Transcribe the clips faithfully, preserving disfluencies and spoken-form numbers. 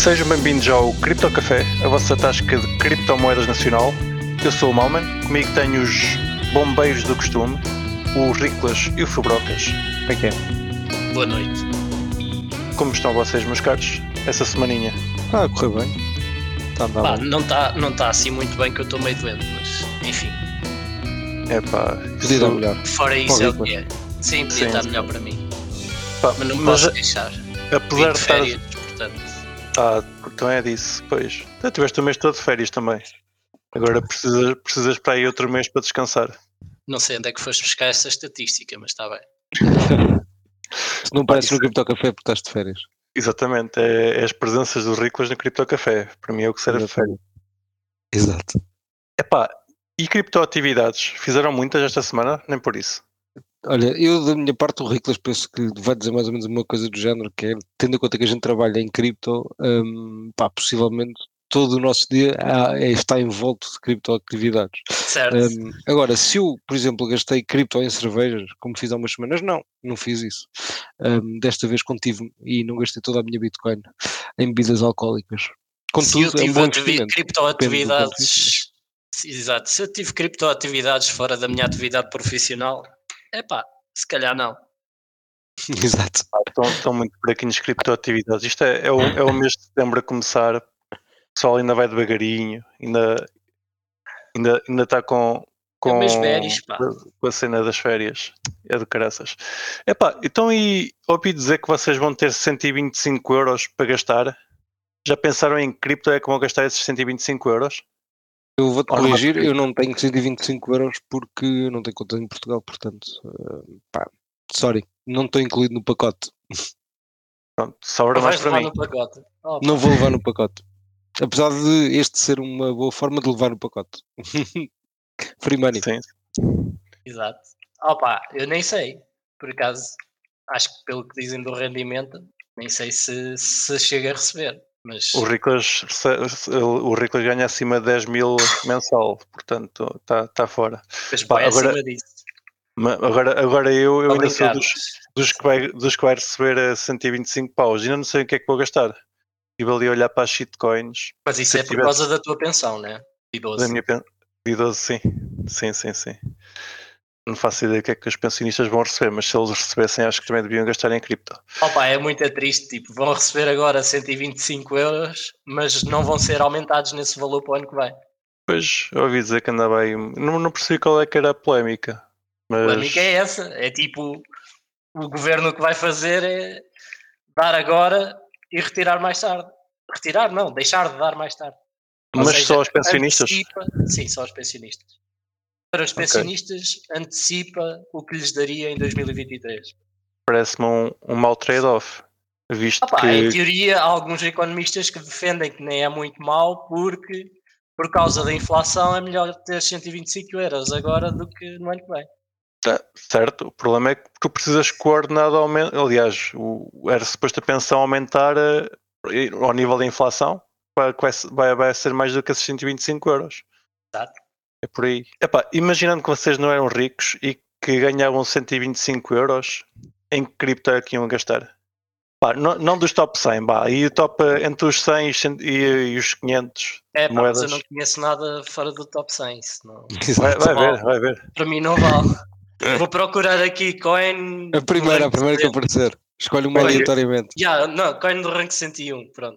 Sejam bem-vindos ao Cripto Café, a vossa tasca de criptomoedas nacional. Eu sou o Malman, comigo tenho os bombeiros do costume, o Riclas e o Fubrocas. Como é que é? Boa noite. Como estão vocês, meus caros, essa semaninha? Ah, correu bem. Tá Pá, não está não tá assim muito bem, que eu estou meio doente, mas enfim. É pá, podia dar melhor. Fora isso é o que é. Sim, podia Sim, estar sim. melhor para mim. Pá, Mas não mas posso deixar. apesar de estar... férias, portanto. Ah, então é disso, pois. Tu tiveste o mês todo de férias também. Agora precisas, precisas para aí outro mês para descansar. Não sei onde é que foste buscar essa estatística, mas está bem. Se não parece no Cripto Café porque estás de férias. Exatamente, é, é as presenças dos Riclas no Cripto Café. Para mim é o que serve de férias. Exato. Epá, e criptoatividades? Fizeram muitas esta semana? Nem por isso. Olha, eu da minha parte o Riclas penso que vai dizer mais ou menos uma coisa do género, que é, tendo em conta que a gente trabalha em cripto, hum, pá, possivelmente todo o nosso dia há- é- está envolto de criptoatividades. Certo. Hum, agora, se eu, por exemplo, gastei cripto em cervejas, como fiz há umas semanas, não, não fiz isso. Hum, desta vez contive-me e não gastei toda a minha Bitcoin em bebidas alcoólicas. Se eu Contudo, é um tive bom ativi- investimento. criptoatividades. Exato. Se eu tive criptoatividades fora da minha atividade profissional, epá, se calhar não. Exato. Ah, Estão, estão muito buraquinhos de criptoatividades. Isto é, é, o, é o mês de setembro a começar. O pessoal ainda vai devagarinho, ainda, ainda, ainda está com, É com, umas férias, pá. com a cena das férias. É do caraças. Epá, então e ouvi dizer que vocês vão ter cento e vinte e cinco euros para gastar. Já pensaram em cripto é que vão gastar esses cento e vinte e cinco euros? Eu vou-te Ou não corrigir, vai- eu não tenho cento e vinte e cinco euros porque eu não tenho conta em Portugal, portanto, eh, pá, sorry, não estou incluído no pacote. Pronto, sobra Não mais vais para levar mim. no pacote. Oh, pá. Não vou levar no pacote. Apesar de este ser uma boa forma de levar no pacote. Free money. Sim. Exato. Opa, eu nem sei. Por acaso, acho que pelo que dizem do rendimento, nem sei se, se chega a receber. Mas O Riclas, rece- o Riclas ganha acima de dez mil mensal, portanto está tá fora. depois Pá, vai agora- acima disso. Ma- Agora, agora eu, eu Estou a ainda sou brincar, dos, mas- dos, que vai, dos que vai receber a cento e vinte e cinco paus. Ainda não sei o que é que vou gastar. Estive ali a olhar para as shitcoins. Mas isso Se é eu por tivesse- causa da tua pensão, né? Da Idoso. minha pen- de idoso, sim. Sim, sim, sim. Não faço ideia do que é que os pensionistas vão receber, mas se eles recebessem, acho que também deviam gastar em cripto. Opa, é muito triste. Tipo, vão receber agora cento e vinte e cinco euros, mas não vão ser aumentados nesse valor para o ano que vem. Pois, eu ouvi dizer que andava aí. Não, não percebi qual é que era a polémica. A Mas polémica é essa. É tipo, o governo o que vai fazer é dar agora e retirar mais tarde. Retirar não, deixar de dar mais tarde. Ou Mas seja, só aos pensionistas? antecipa- sim, só aos pensionistas. Para os Ok. pensionistas, antecipa o que lhes daria em dois mil e vinte e três. Parece-me um, um mau trade-off. Visto Opa, que. Em teoria, há alguns economistas que defendem que nem é muito mau porque, por causa da inflação, é melhor ter cento e vinte e cinco euros agora do que no ano que vem. Tá, certo, o problema é que tu precisas coordenado aumento. Aliás, o, era suposto a pensão aumentar eh, ao nível da inflação, vai, vai, vai ser mais do que esses cento e vinte e cinco euros. Exato. É por aí. Epá, imaginando que vocês não eram ricos e que ganhavam cento e vinte e cinco euros, em que cripto é que iam gastar? Pá, não, não dos top cem, bah, e o top eh, entre os cem e, os cem e, e os quinhentos É, pá, mas moedas. eu não conheço nada fora do top cem. Isso não, Vai, vai não vale. ver, vai ver. Para mim não vale. Vou procurar aqui coin. A primeira, do a primeira que rank aparecer. Escolhe uma Olha, aleatoriamente. Yeah, não, coin do rank cento e um, pronto.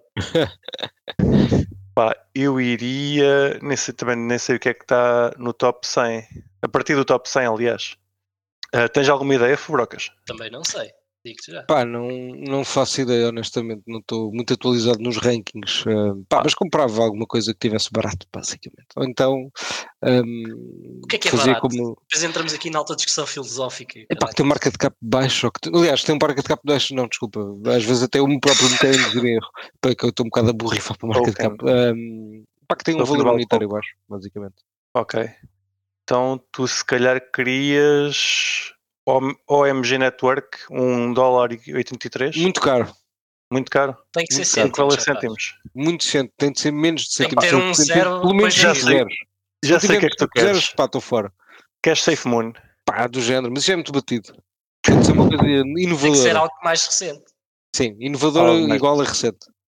Pá, eu iria, nem sei, também nem sei o que é que está no top cem. A partir do top cem, aliás. Uh, tens alguma ideia, Fubrocas? Também não sei, digo-te já. Pá, não, não faço ideia, honestamente. Não estou muito atualizado nos rankings. eh, pá, mas comprava alguma coisa que tivesse barato, basicamente. Ou então hum, O que é que é fazia barato? como. Depois entramos aqui na alta discussão filosófica. É pá, que tem um market cap baixo. Ou que tem- Aliás, tem um market cap baixo, não, desculpa. Às vezes até eu me próprio me quero induzir em erro. Pá, que eu estou um bocado a borrifar para o market Token. cap. Hum, pá, que tem um Token valor vale unitário baixo, basicamente. Ok. Então tu se calhar querias O M G Network, um dólar e oitenta e três? Muito caro. Muito caro? Tem que ser Muito caro. Tem que valer cêntimos. rapaz. cêntimos. Muito cento. Tem de ser menos de Tem que cêntimos. ter Tem um de ter zero, Pelo menos depois cinco já sei. zeros. Já Se sei o que é que tu cinco zeros, queres. pá, estou fora. Queres Safe Moon? Pá, do género. Mas isso é muito batido. Tem de ser uma coisa Tem que ser inovadora. algo mais recente. Sim, inovadora Algo mais- igual a recente.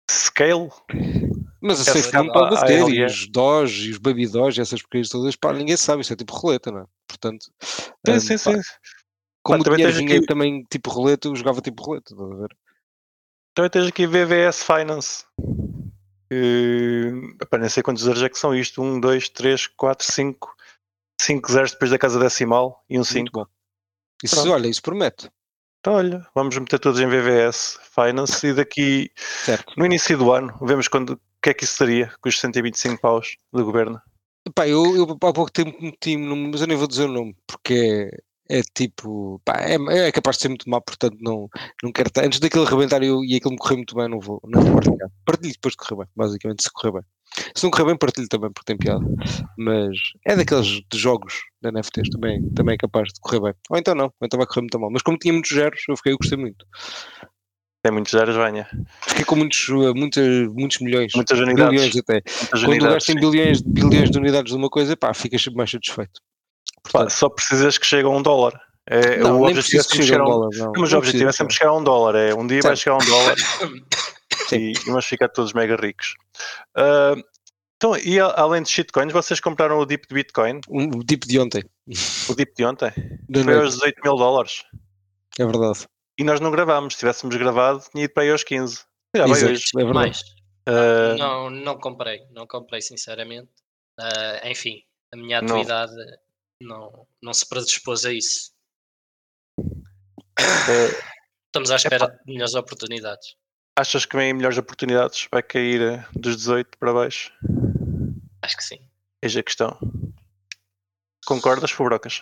Scale? Mas a Essa- Safe Moon a- pode a ter, L e E. os Doge, e os Baby Doge, essas porcarias todas, pá, ninguém sabe, isso é tipo roleta, não é? Portanto, Sim, hum, sim, pá, sim. como Pá, o também dinheiro tens vinha aqui- também tipo roleta, eu jogava tipo roleta, estás a ver? Também tens aqui V V S Finance. Que, epá, nem sei quantos zeros é que são isto. um, dois, três, quatro, cinco. cinco zeros depois da casa decimal e um Muito cinco. bom. Isso, Pronto. olha, isso promete. Então, olha, vamos meter todos em V V S Finance e daqui Certo. no início do ano vemos quando, o que é que isso seria com os cento e vinte e cinco paus do governo. Pá, eu, eu há pouco tempo meti-me, num- mas eu nem vou dizer o nome, porque é, é tipo, pá, é, é capaz de ser muito má, portanto não, não quero estar. Antes daquilo arrebentar eu, e aquilo me correr muito bem, não vou, não vou partilhar. Partilho depois de correr bem, basicamente, se correr bem. Se não correr bem, partilho também, porque tem piada. Mas é daqueles de jogos da N F Ts, também, também é capaz de correr bem. Ou então não, ou então vai correr muito mal. Mas como tinha muitos zeros, eu fiquei, eu gostei muito. Tem muitos zeros, venha. Fiquei com muitos, uh, muitas, muitos milhões, Muitas unidades. bilhões até. Muitas Quando unidades, gastem sim. bilhões, bilhões de unidades de uma coisa, pá, ficas sempre mais satisfeito. Pá, Portanto, só precisas que chegue a um dólar. É, não, o nem objetivo é preciso que sempre chegue a chegar um a um dólar. Não, Não, mas não o objetivo é preciso sempre que chegar a um dólar. É, um dia vai Certo. chegar a um dólar Sim. e, e vamos ficar todos mega ricos. Ah, então, e a- além de shitcoins, vocês compraram o dip de Bitcoin? Um tipo de ontem, O dip de ontem? da Foi noite, aos dezoito mil dólares. é verdade. E nós não gravámos. Se tivéssemos gravado, tinha ido para aí aos quinze. Já vai Exato, hoje. é verdade. Mais. Ah, Não, não comprei, não comprei sinceramente. Ah, enfim, a minha Não. atividade não, não se predispôs a isso. ah, Estamos à espera de melhores oportunidades. achas que vêm melhores oportunidades? Vai cair ah, dos dezoito para baixo? Acho que sim. Eis a questão. Concordas, Fubrocas?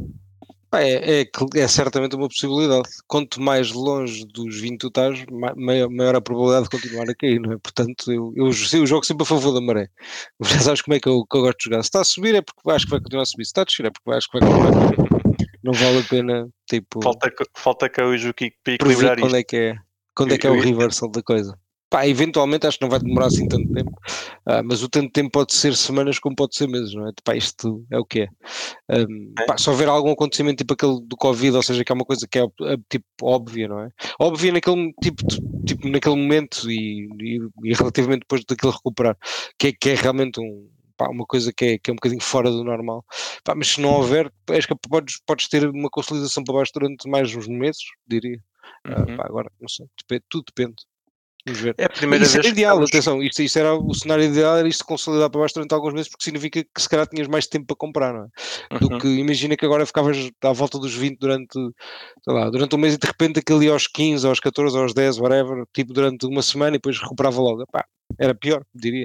Pá, é, é, cl- é certamente uma possibilidade. Quanto mais longe dos vinte tu estás, ma- maior, maior a probabilidade de continuar a cair, não é? Portanto, eu, eu, eu jogo sempre a favor da maré. Já sabes como é que eu, que eu gosto de jogar. Se está a subir é porque acho que vai continuar a subir. Se está a descer é porque acho que vai continuar a descer. Não vale a pena, tipo, Falta, que- falta que eu e o Juki para prever equilibrar quando isto. é que é, quando é que é Eu- o eu- reversal da coisa. Pá, eventualmente acho que não vai demorar assim tanto tempo, ah, mas o tanto tempo pode ser semanas como pode ser meses, não é? Pá, isto é o que é. Um, É. pá, se houver algum acontecimento tipo aquele do Covid, ou seja, que é uma coisa que é é, tipo óbvia, não é? Óbvia naquele, tipo, de- tipo, naquele momento e, e, e relativamente depois daquilo recuperar, que é, que é realmente um, pá, uma coisa que é, que é um bocadinho fora do normal. Pá, mas se não houver, acho que podes, podes ter uma consolidação para baixo durante mais uns meses, diria. Ah, Uhum. pá, agora, não sei, depende, tudo depende. Vamos ver. É a primeira Isso vez era que ideal, estamos... atenção, isto, isto era o cenário ideal, era isto consolidar para baixo durante alguns meses, porque significa que se calhar tinhas mais tempo para comprar, não é? Do Uhum. que imagina que agora ficavas à volta dos vinte durante, sei lá, durante um mês e de repente aquilo ia aos quinze, aos catorze, aos dez, whatever, tipo durante uma semana e depois recuperava logo. Pá, era pior, diria.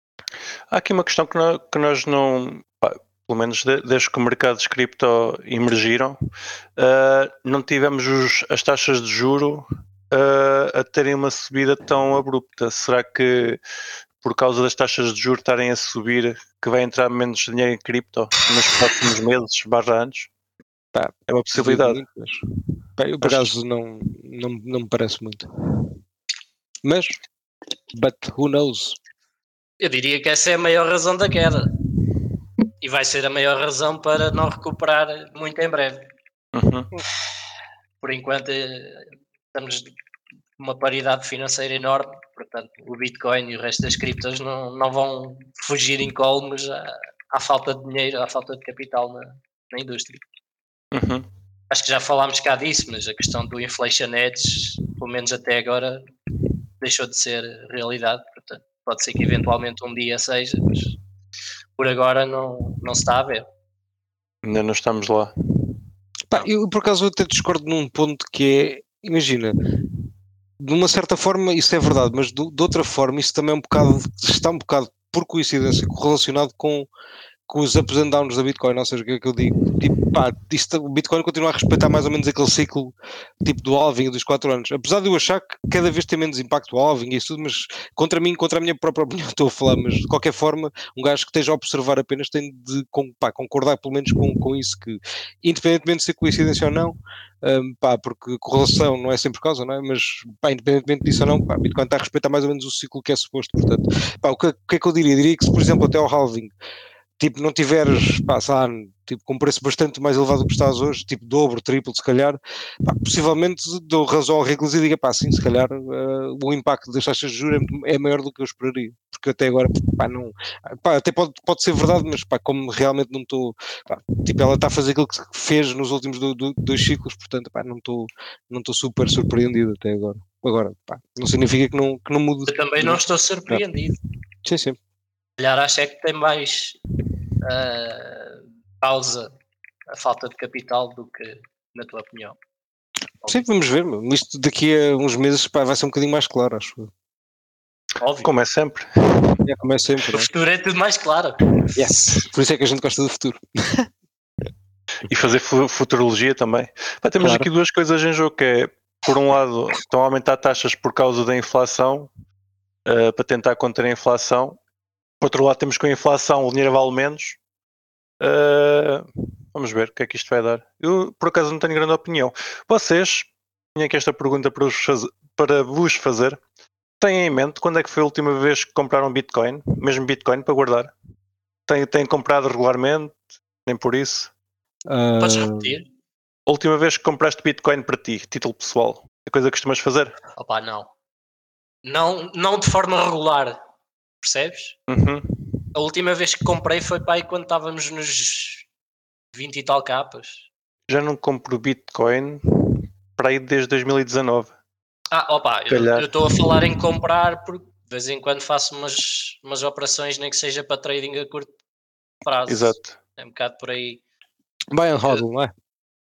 Há aqui uma questão que nós, que nós não... pá, pelo menos de- desde que o mercado de cripto emergiram, ah, não tivemos os- as taxas de juro ah, a terem uma subida tão abrupta. Será que por causa das taxas de juros estarem a subir, que vai entrar menos dinheiro em cripto nos próximos meses, barra anos? Pá, É uma possibilidade. muito, mas, pá, eu por Mas- acaso não, não, não me parece muito. Mas, but who knows? Eu diria que essa é a maior razão da queda. E vai ser a maior razão para não recuperar muito em breve. Uhum. Por enquanto, eh, estamos uma paridade financeira enorme, portanto o Bitcoin e o resto das criptos não, não vão fugir incólumes à, à falta de dinheiro, à falta de capital na, na indústria. Uhum. Acho que já falámos cá disso, mas a questão do inflation edge, pelo menos até agora, deixou de ser realidade, portanto pode ser que eventualmente um dia seja, mas por agora não, não se está a ver. Ainda não estamos lá. Pá, eu por acaso até discordo num ponto que é, imagina, de uma certa forma isso é verdade, mas do, de outra forma isso também é um bocado, está um bocado por coincidência correlacionado com, com os ups and downs da Bitcoin, ou seja, o que é que eu digo? Tipo, pá, isto, o Bitcoin continua a respeitar mais ou menos aquele ciclo tipo do halving dos quatro anos, apesar de eu achar que cada vez tem menos impacto o halving e isso tudo, mas contra mim, contra a minha própria opinião estou a falar, mas de qualquer forma um gajo que esteja a observar apenas tem de pá, concordar pelo menos com, com isso, que independentemente de ser coincidência ou não, um, pá, porque correlação não é sempre causa, não é? Mas pá, independentemente disso ou não, pá, Bitcoin está a respeitar mais ou menos o ciclo que é suposto, portanto, pá, o, que, o que é que eu diria? Diria que se por exemplo até ao halving tipo, não tiveres, pá, sei lá, tipo, com um preço bastante mais elevado do que estás hoje, tipo, dobro, triplo, se calhar, pá, possivelmente dou razão ao Rickles e diga, pá, sim, se calhar uh, o impacto das taxas de juros é, é maior do que eu esperaria, porque até agora, pá, não, pá, até pode, pode ser verdade, mas, pá, como realmente não estou, tipo, ela está a fazer aquilo que fez nos últimos do, do, dois ciclos, portanto, pá, não estou não estou super surpreendido até agora. Agora, pá, não significa que não, que não mude. Eu também não estou surpreendido. Sim, sim. Calhar acho é que tem mais uh, causa a falta de capital do que, na tua opinião. Sim, vamos ver. Isto daqui a uns meses, pá, vai ser um bocadinho mais claro, acho. Óbvio. Como é sempre. É, como é sempre. O futuro é tudo mais claro. Yes. Por isso é que a gente gosta do futuro. E fazer futurologia também. Pá, temos claro. Aqui duas coisas em jogo, que é, por um lado, estão a aumentar taxas por causa da inflação, uh, para tentar conter a inflação. Por outro lado, temos com a inflação o dinheiro vale menos. Uh, vamos ver o que é que isto vai dar. Eu, por acaso, não tenho grande opinião. Vocês, tinha aqui esta pergunta para vos fazer, para vos fazer. Têm em mente quando é que foi a última vez que compraram Bitcoin? Mesmo Bitcoin para guardar? Têm, têm comprado regularmente? Nem por isso? Uh... Podes repetir? A última vez que compraste Bitcoin para ti, título pessoal, é coisa que costumas fazer? Opa, não. Não, não de forma regular, percebes? Uhum. A última vez que comprei foi para aí quando estávamos nos vinte e tal capas. Já não compro Bitcoin para aí desde dois mil e dezanove. Ah, opa, eu estou a falar em comprar porque de vez em quando faço umas, umas operações, nem que seja para trading a curto prazo. Exato. É um bocado por aí. Buy and hodl, não é?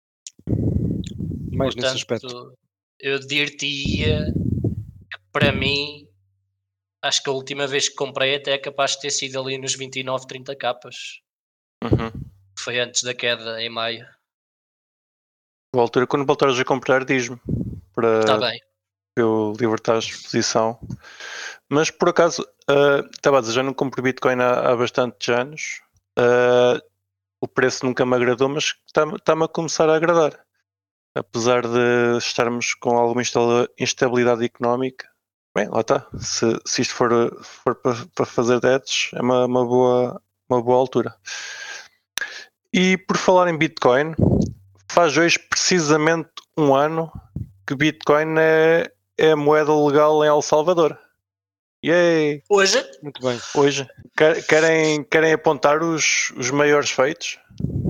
Mais Portanto, nesse aspecto. Eu dir-te-ia que para mim, acho que a última vez que comprei até é capaz de ter sido ali nos vinte e nove, trinta capas. Uhum. Foi antes da queda em maio. A altura, quando voltares a comprar, diz-me. Para Está bem. eu libertar a exposição. Mas por acaso, uh, estava a dizer, já não compro Bitcoin há, há bastantes anos. Uh, o preço nunca me agradou, mas está-me está a começar a agradar. Apesar de estarmos com alguma instabilidade económica. Bem, lá está. Se, se isto for, for para, para fazer debts, é uma, uma, boa, uma boa altura. E por falar em Bitcoin, faz hoje precisamente um ano que Bitcoin é, é a moeda legal em El Salvador. Yay! Hoje? Muito bem. Hoje. Querem, querem apontar os, os maiores feitos?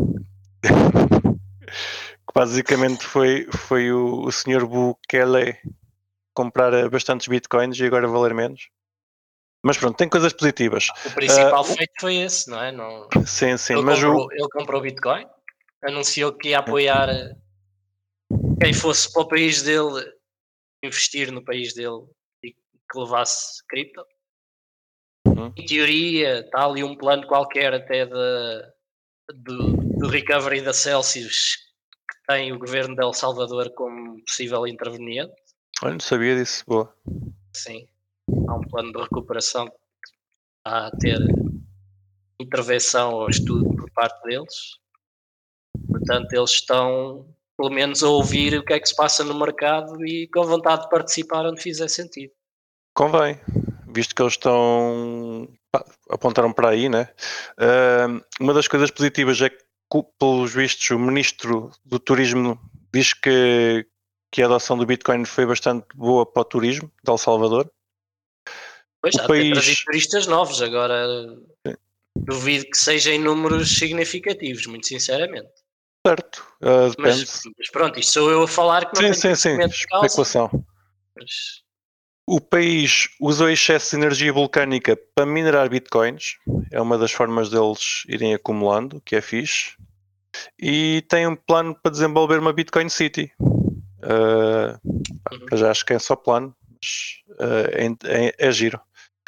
Que basicamente foi, foi o, o senhor Bukele comprar bastantes bitcoins e agora valer menos. Mas pronto, tem coisas positivas. O principal uh, feito foi esse, não é? Não... Sim, sim. Ele, mas comprou, o... ele comprou Bitcoin, anunciou que ia apoiar quem fosse para o país dele, investir no país dele e que levasse cripto. Uhum. Em teoria, está ali um plano qualquer até de, do, do recovery da Celsius que tem o governo de El Salvador como possível interveniente. Eu não sabia disso, boa. Sim, há um plano de recuperação que está a ter intervenção ou estudo por parte deles. Portanto, eles estão pelo menos a ouvir o que é que se passa no mercado e com vontade de participar onde fizer sentido. Convém, visto que eles estão pá, apontaram para aí, né? Uh, uma das coisas positivas é que, pelos vistos, o ministro do Turismo diz que, que a adoção do Bitcoin foi bastante boa para o turismo de El Salvador. Pois, o já país... tem trazido turistas novos, agora Sim. duvido que sejam em números significativos, muito sinceramente. Certo, uh, depende. Mas, mas pronto, isto sou eu a falar que não sim, sim, sim, especulação. Mas... O país usa o excesso de energia vulcânica para minerar bitcoins, é uma das formas deles irem acumulando, que é fixe, e tem um plano para desenvolver uma Bitcoin City. Uh, uhum. Já acho que é só plano, mas uh, é, é, é giro.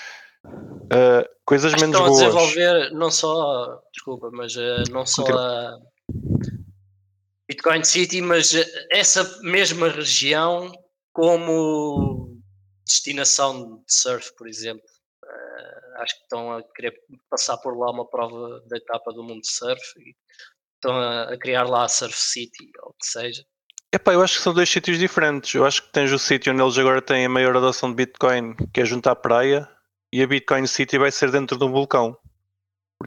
Uh, coisas acho menos que estão boas. a desenvolver não só, desculpa, mas uh, não só Continua. a Bitcoin City, mas essa mesma região como destinação de surf, por exemplo. Uh, acho que estão a querer passar por lá uma prova da etapa do mundo de surf e estão a, a criar lá a Surf City, ou o que seja. Epá, eu acho que são dois sítios diferentes. Eu acho que tens o sítio onde eles agora têm a maior adoção de Bitcoin, que é junto à praia, e a Bitcoin City vai ser dentro de um vulcão. Portanto,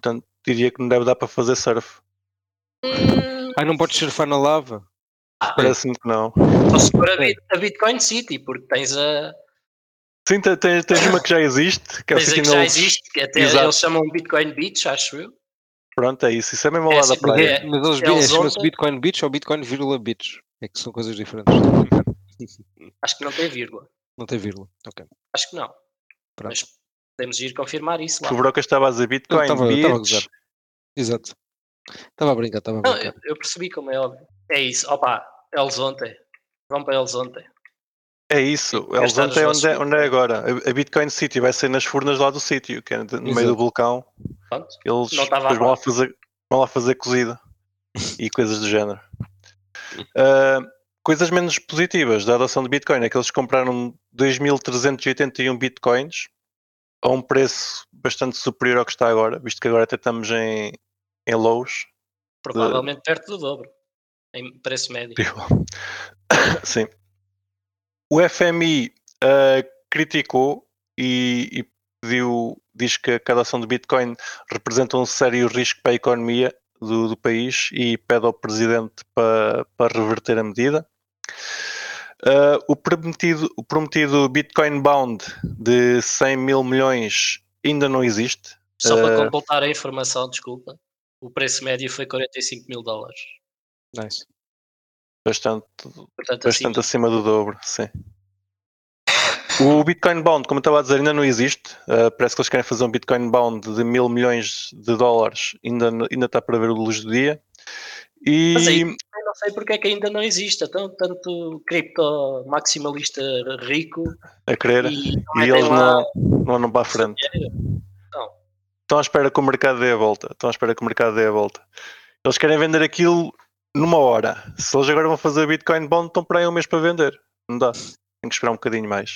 diria que não deve dar para fazer surf. Hum, Ah, não podes surfar na lava? Parece-me que não. só se for a, Bit- a Bitcoin City, porque tens a. Sim, te- tens, tens uma que já existe, que é o Tens a sítio que onde já eles- existe, que até Exato. eles chamam Bitcoin Beach, acho eu. Pronto, é isso. Isso é mesmo ao É lado da assim, Mas, praia. é- é, mas eles, é eles é, chama-se ontem- Bitcoin Beach ou Bitcoin vírgula Beach? É que são coisas diferentes. Acho que não tem vírgula. Não tem vírgula. Ok. Acho que não. Pronto. Mas podemos ir confirmar isso lá. O Broca estava a dizer Eu Bitcoin estava a Beach. gozar. Exato. Estava a brincar, estava a Não, brincar. eu, eu percebi como é óbvio. É isso. Opa, eles ontem. Vão para eles ontem. É isso. Sim, Eles gastar os ontem é vossos onde, é, onde é Bitcoin. agora. A- A Bitcoin City vai ser nas furnas lá do sítio, que é de- no meio Exato. do vulcão. Pronto. Eles Não estava depois vão lá. lá fazer, vão lá fazer cozida e coisas do género. Ah, coisas menos positivas da adoção de Bitcoin é que eles compraram dois mil trezentos e oitenta e um Bitcoins a um preço bastante superior ao que está agora, visto que agora até estamos em, em lows. Provavelmente perto do dobro. Em preço médio. Sim. O F M I ah, criticou e, e pediu, diz que a adoção de Bitcoin representa um sério risco para a economia do, do país e pede ao presidente para, para reverter a medida. Uh, o, prometido, o prometido Bitcoin Bound de cem mil milhões ainda não existe. Só para Uh, completar a informação, desculpa. O preço médio foi quarenta e cinco mil dólares. Nice. bastante Portanto, bastante acima. acima do dobro, sim. O Bitcoin Bound, como eu estava a dizer, ainda não existe. Uh, parece que eles querem fazer um Bitcoin Bound de mil milhões de dólares. Ainda, ainda está para ver o luz do dia. E Mas aí, eu não sei porque é que ainda não existe. Então, tanto cripto maximalista rico a querer. e, E, não metem eles lá não, não andam para a o seu frente. dinheiro. Não. Estão à espera que o mercado dê a volta. Estão à espera que o mercado dê a volta. Eles querem vender aquilo numa hora. Se eles agora vão fazer Bitcoin Bond, estão para aí um mês para vender. Não dá. Tem que esperar um bocadinho mais.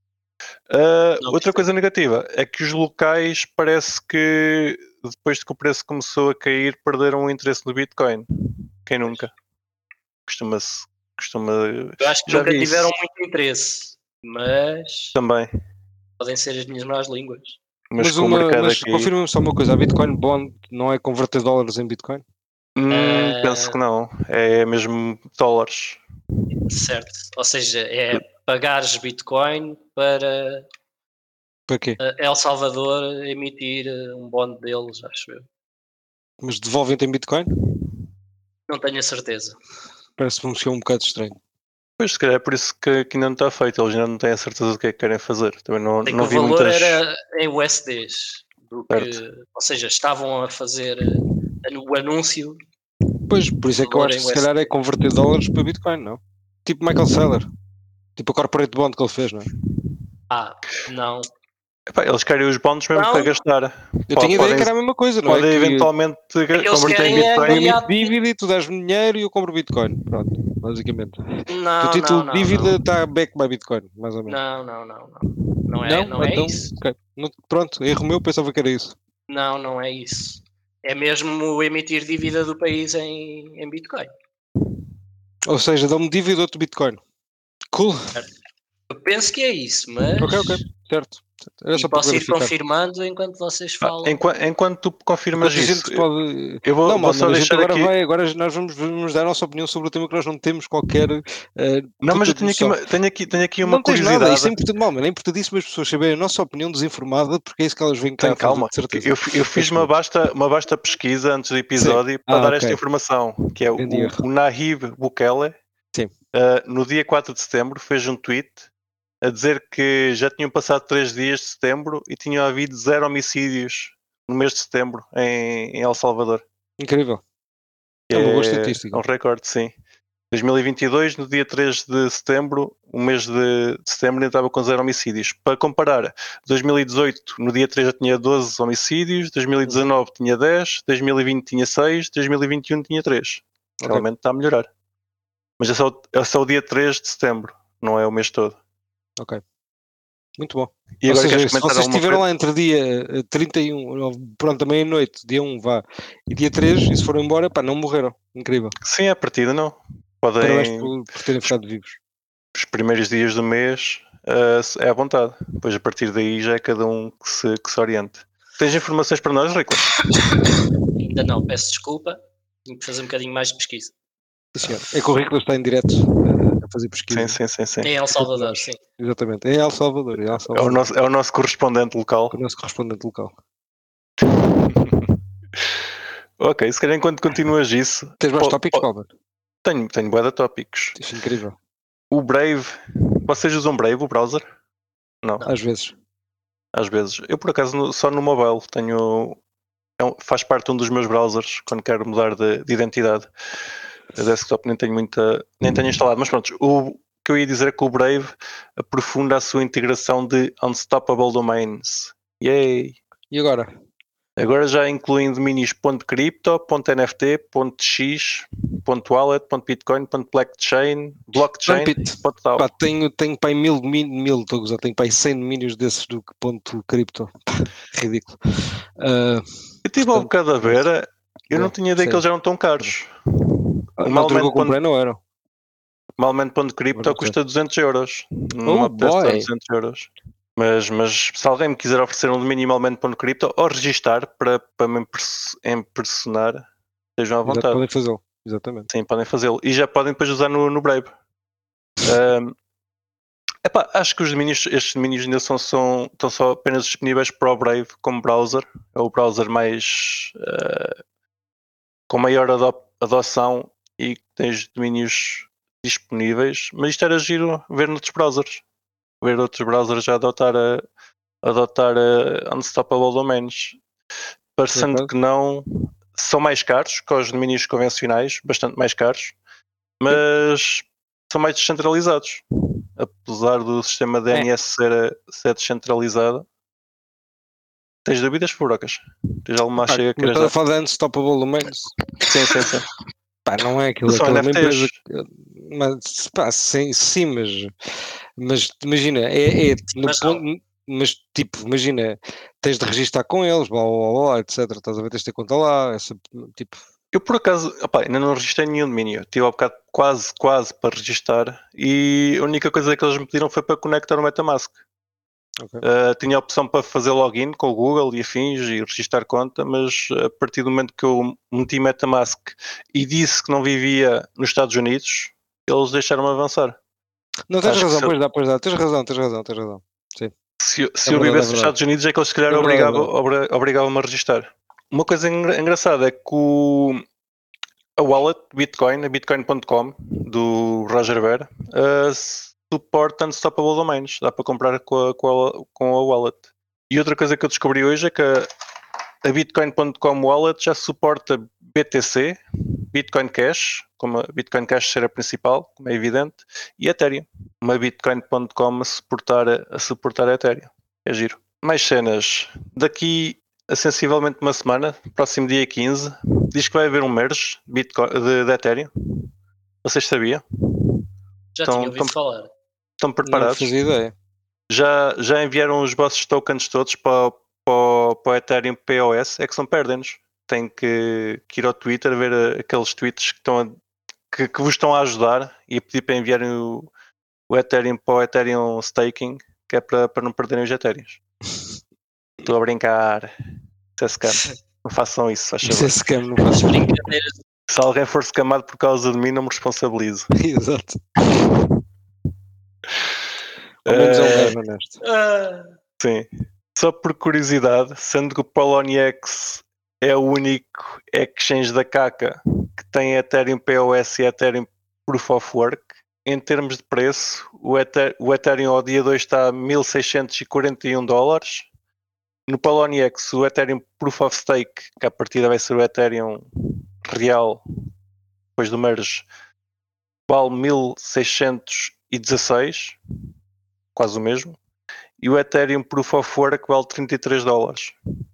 Uh, Não outra percebo. coisa negativa é que os locais parece que depois de que o preço começou a cair perderam o interesse no Bitcoin. Quem nunca? Costuma-se. Costuma... Eu acho que Já nunca vi tiveram isso muito interesse. Mas também. podem ser as minhas más línguas. Mas, Mas, com o uma, mercado mas aqui. confirma-me só uma coisa: a Bitcoin Bond não é converter dólares em Bitcoin? Hum, Ah, penso que não. É mesmo dólares. Certo. Ou seja, é pagares Bitcoin para Para quê? uh, El Salvador emitir uh, um bond deles, acho eu. Mas devolvem-te em Bitcoin? Não tenho a certeza. Parece-me um um bocado estranho. Pois, se calhar é por isso que, que ainda não está feito. Eles ainda não têm a certeza do que é que querem fazer. Também não, Sei não que vi o valor muitas. era em U S Ds. Do que, Certo. ou seja, estavam a fazer uh, o anúncio. Pois, por isso é que eu Valor acho em que se U S D. calhar é converter dólares para Bitcoin, não? Tipo Michael Saylor. Tipo a corporate bond que ele fez, não é? Ah, não. Epá, eles querem os bonds mesmo Não. para gastar. Eu Po- tinha ideia podem, que era a mesma coisa, não podem é? Que eventualmente eles converter em querem é eu Bitcoin. ganhar- emito dívida e tu dás-me dinheiro e eu compro Bitcoin. Pronto, basicamente. Não, o título não, de dívida não, está back by Bitcoin, mais ou menos. não, não, não, não. Não é, não é então, isso. ok. Não- pronto, erro meu, pensava que era isso. Não, não é isso. É mesmo emitir dívida do país em, em Bitcoin. Ou seja, dão-me dívida outro Bitcoin. Cool. Eu penso que é isso, mas Ok, ok. Certo. Era e só para posso ir verificar. confirmando enquanto vocês Ah, falam. enquanto, enquanto tu confirmas Enquanto a isso, gente pode. eu vou, não, vou mano, só a gente deixar agora aqui. vai, agora nós vamos, vamos dar a nossa opinião sobre o tema que nós não temos qualquer. Uh, Não, mas puta eu de tenho aqui noção. uma, tenho aqui, tenho aqui uma Não tens curiosidade. nada, isto é importante, mal, é importantíssimo as pessoas saberem a nossa opinião desinformada, porque é isso que elas vêm cá Tem a fazer, calma. de certeza. Eu, eu fiz uma vasta, uma vasta pesquisa antes do episódio para Ah, dar ok. esta informação, que é o, Grande erro. o Nayib Bukele, Sim. uh, no dia quatro de setembro, fez um tweet a dizer que já tinham passado três dias de setembro e tinham havido zero homicídios no mês de setembro em, em El Salvador. Incrível. Que É uma boa é, estatística. é um recorde, sim. dois mil e vinte e dois, no dia três de setembro, o mês de setembro ainda estava com zero homicídios. Para comparar, dois mil e dezoito, no dia três já tinha doze homicídios, dois mil e dezanove tinha dez, dois mil e vinte tinha seis, dois mil e vinte e um tinha três. Ok. Realmente está a melhorar. Mas é só, é só o dia três de setembro, não é o mês todo. Ok. Muito bom. E Ou agora seja, queres se comentar vocês alguma estiveram coisa? lá entre dia eh, trinta e um, ou, pronto, à meia-noite, dia um, vá, e dia três, e se foram embora, pá, não morreram. Incrível. Sim, a partida não. Parabéns Podem, por, por terem ficado vivos. os primeiros dias do mês uh, é à vontade. Depois a partir daí já é cada um que se, que se oriente. Tens informações para nós, Rico? Ainda não, peço desculpa, tenho que fazer um bocadinho mais de pesquisa. Sim, senhor. É que o Ricolas está em direto uh, a fazer pesquisa. Sim, sim, sim, sim. Em El Salvador, sim. Exatamente, em El Salvador. Em El É o Salvador. nosso, é o nosso correspondente local. O nosso correspondente local. Ok, se calhar enquanto continuas isso. Tens mais po- tópicos, po- Palmer? Tenho, tenho bué de tópicos. Isso é incrível. O Brave. Vocês usam Brave, o browser? Não, Não. Às vezes. às vezes. Eu por acaso no- só no mobile tenho. é um- faz parte de um dos meus browsers quando quero mudar de, de identidade. A desktop nem tenho muita. nem tenho instalado. Mas pronto, o que eu ia dizer é que o Brave aprofunda a sua integração de Unstoppable Domains. Yay! E agora? Agora já incluem domínios .crypto, .nft, .x, .wallet, .bitcoin, .blockchain, blockchain, Pit. .tal. Pá, tenho, tenho pá, mil, mil, mil, estou a gozar, tenho pá, cem domínios desses do que ponto cripto. Ridículo. Uh, Eu estive ao portanto, bocado a ver, eu yeah, não tinha ideia que sério. eles eram tão caros. Na altura que eu comprei não eram. Normalmente.crypto Agora custa duzentos euros. Não Oh, apetece dar boy. duzentos euros. Mas, mas se alguém me quiser oferecer um domínio malmente.crypto ou registar para, para me imperso- impressionar, estejam à Exato, vontade. podem fazê-lo. Exatamente. Sim, podem fazê-lo. E já podem depois usar no, no Brave. Um, epá, acho que os domínios, estes domínios ainda são, são, estão só apenas disponíveis para o Brave como browser. É o browser mais uh, com maior ado- adoção e que tens domínios disponíveis. Mas isto era giro ver noutros browsers. Ver outros browsers a adotar a, adotar a Unstoppable Domains. Parecendo Verdade. que não, são mais caros que os domínios convencionais, bastante mais caros, mas são mais descentralizados. Apesar do sistema D N S ser, ser descentralizado. Tens dúvidas, Furocas? Tens alguma Pá, chega que como queiras estás a dar? falar de Unstoppable Domains, Sim, sim, sim. pá, não é aquilo, Não são aquela é uma N F Ts. empresa que- mas, pá, sim, sim, mas, mas imagina, é, é no Mas ponto, mas tipo, imagina, tens de registar com eles, blá, blá, blá, blá, etcétera. Estás a ver, tens de ter conta lá, essa, tipo, Eu por acaso, opá, ainda não registrei nenhum domínio. Estive há bocado quase, quase para registrar e a única coisa que eles me pediram foi para conectar o MetaMask. ok. Uh, tinha a opção para fazer login com o Google e afins e registrar conta, mas a partir do momento que eu meti MetaMask e disse que não vivia nos Estados Unidos, eles deixaram-me avançar. Não, tens Acho que razão, se- pois dá, pois dá, tens razão, tens razão, tens razão. Sim. Se, eu- se É eu verdade, vivesse é nos verdade. Estados Unidos é que eles se calhar É verdade, é obrigavam, obri- obrigavam-me a registrar. Uma coisa engra- engraçada é que o, a wallet Bitcoin, a bitcoin ponto com, do Roger Ver, uh, suporta Unstoppable Domains. Dá para comprar com a, com a, com a wallet. E outra coisa que eu descobri hoje é que a, a bitcoin ponto com wallet já suporta B T C, Bitcoin Cash, como a Bitcoin Cash ser a principal, como é evidente, e Ethereum. Uma bitcoin ponto com a suportar, a suportar Ethereum. É giro. Mais cenas. Daqui a sensivelmente uma semana, próximo dia quinze, diz que vai haver um merge Bitcoin, de, de Ethereum. Vocês sabiam? já Estão, tinha ouvido estão, falar. estão Não preparados? fazia ideia. Já, já enviaram os vossos tokens todos para, para, para o Ethereum P O S? É que são perdem-nos. Tem que, que ir ao Twitter ver a- aqueles tweets que, estão a, que, que vos estão a ajudar e a pedir para enviarem o, o Ethereum para o Ethereum Staking, que é para, para não perderem os Ethereums. Estou a brincar. Isso é scam. Não façam isso, faz Isso é favor. scam, não As faço. brincadeiras. Se alguém for scamado por causa de mim, não me responsabilizo. Exato. Ao menos é um Eh, gajo honesto. Ah, Sim. Só por curiosidade, sendo que o Poloniex é o único exchange da caca que tem Ethereum P O S e Ethereum Proof of Work, em termos de preço, o, Ether, o Ethereum ao dia dois está a mil seiscentos e quarenta e um dólares. No Poloniex, o Ethereum Proof of Stake, que a partida vai ser o Ethereum real, depois do merge, vale mil seiscentos e dezasseis, quase o mesmo. E o Ethereum Proof of Work vale trinta e três dólares.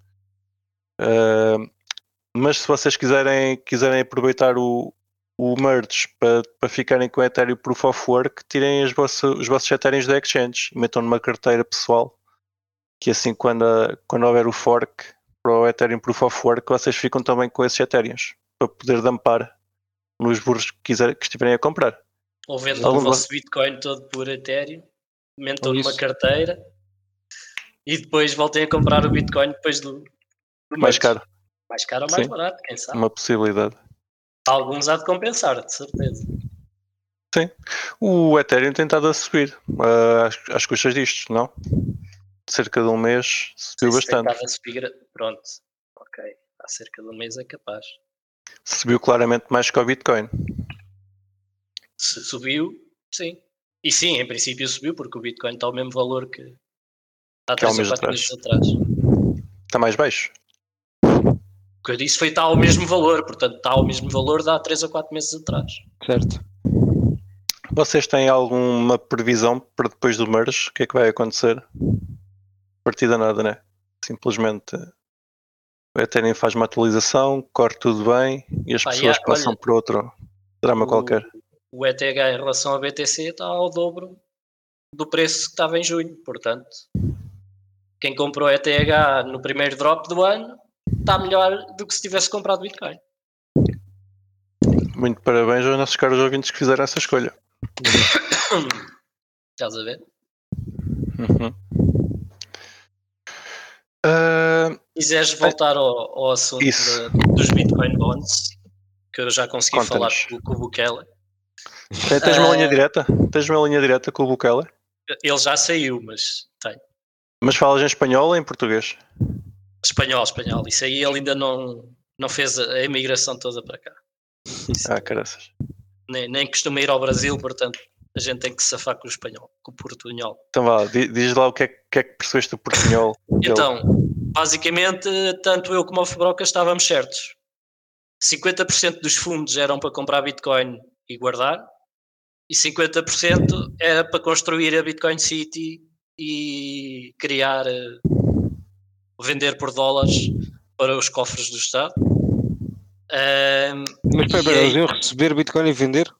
Uh, mas se vocês quiserem, quiserem aproveitar o, o merge para, para ficarem com o Ethereum Proof of Work, tirem as vossas, os vossos Ethereums da exchange e metam numa carteira pessoal, que assim quando, quando houver o fork para o Ethereum Proof of Work, vocês ficam também com esses Ethereums para poder dampar nos burros que, quiser, que estiverem a comprar. ou vendam Algum o vosso Bitcoin todo por Ethereum, metam Ou numa isso. carteira e depois voltem a comprar o Bitcoin depois do, do Mais merge. caro. Mais caro ou mais Sim. barato, quem sabe? Uma possibilidade. Alguns há de compensar, de certeza. Sim. O Ethereum tem estado a subir uh, às, às custas disto, não? Cerca de um mês subiu Se tem bastante. estado a subir, pronto. Ok, há cerca de um mês é capaz. Subiu claramente mais que o Bitcoin. Se subiu, sim. E sim, em princípio subiu, porque o Bitcoin está ao mesmo valor que há Que há um três ou mês quatro atrás. meses atrás. Está mais baixo. O que eu disse foi que está ao mesmo valor, portanto está ao mesmo valor de há três ou quatro meses atrás. Certo. Vocês têm alguma previsão para depois do merge? O que é que vai acontecer? A partir da nada, né? Simplesmente o Ethereum faz uma atualização, corre tudo bem e as Pá, pessoas já, passam olha, por outro drama o, qualquer. o E T H em relação ao B T C está ao dobro do preço que estava em junho, portanto quem comprou E T H no primeiro drop do ano está melhor do que se tivesse comprado Bitcoin. Muito parabéns aos nossos caros ouvintes que fizeram essa escolha. Estás a ver? Uhum. Uh, Quiseres voltar ao, ao assunto Isso. de, dos Bitcoin Bonds, que eu já consegui Conta-nos. falar com, com o Bukele. Tens- Tens uma Ah, linha direta? Tens uma linha direta com o Bukele? Ele já saiu, mas tem. Mas falas em espanhol ou em português? Espanhol, espanhol. Isso aí ele ainda não, não fez a, a imigração toda para cá. Isso, Ah, caraças. nem, nem costuma ir ao Brasil, portanto a gente tem que se safar com o espanhol, com o portunhol. Então vá, di- diz lá o que é, que é que percebeste do portunhol dele. Então, basicamente, tanto eu como o Febroca estávamos certos. cinquenta por cento dos fundos eram para comprar Bitcoin e guardar, e cinquenta por cento era para construir a Bitcoin City e criar, vender por dólares para os cofres do Estado. Um, Mas espera, e espera, eles aí, iam receber Bitcoin e vender?